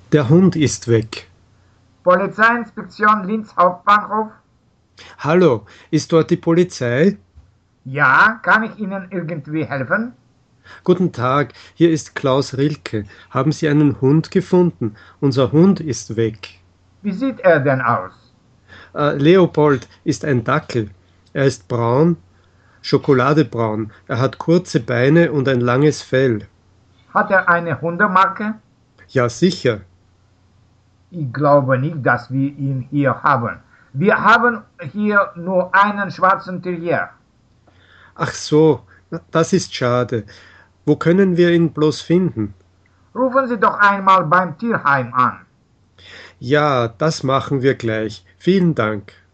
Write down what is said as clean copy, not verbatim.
Der Hund ist weg. Polizeiinspektion Linz Hauptbahnhof. Hallo, ist dort die Polizei? Ja, kann ich Ihnen irgendwie helfen? Guten Tag, hier ist Klaus Rilke. Haben Sie einen Hund gefunden? Unser Hund ist weg. Wie sieht er denn aus? Leopold ist ein Dackel. Er ist braun, schokoladebraun. Er hat kurze Beine und ein langes Fell. Hat er eine Hundemarke? Ja, sicher. Ich glaube nicht, dass wir ihn hier haben. Wir haben hier nur einen schwarzen Terrier. Ach so, das ist schade. Wo können wir ihn bloß finden? Rufen Sie doch einmal beim Tierheim an. Ja, das machen wir gleich. Vielen Dank.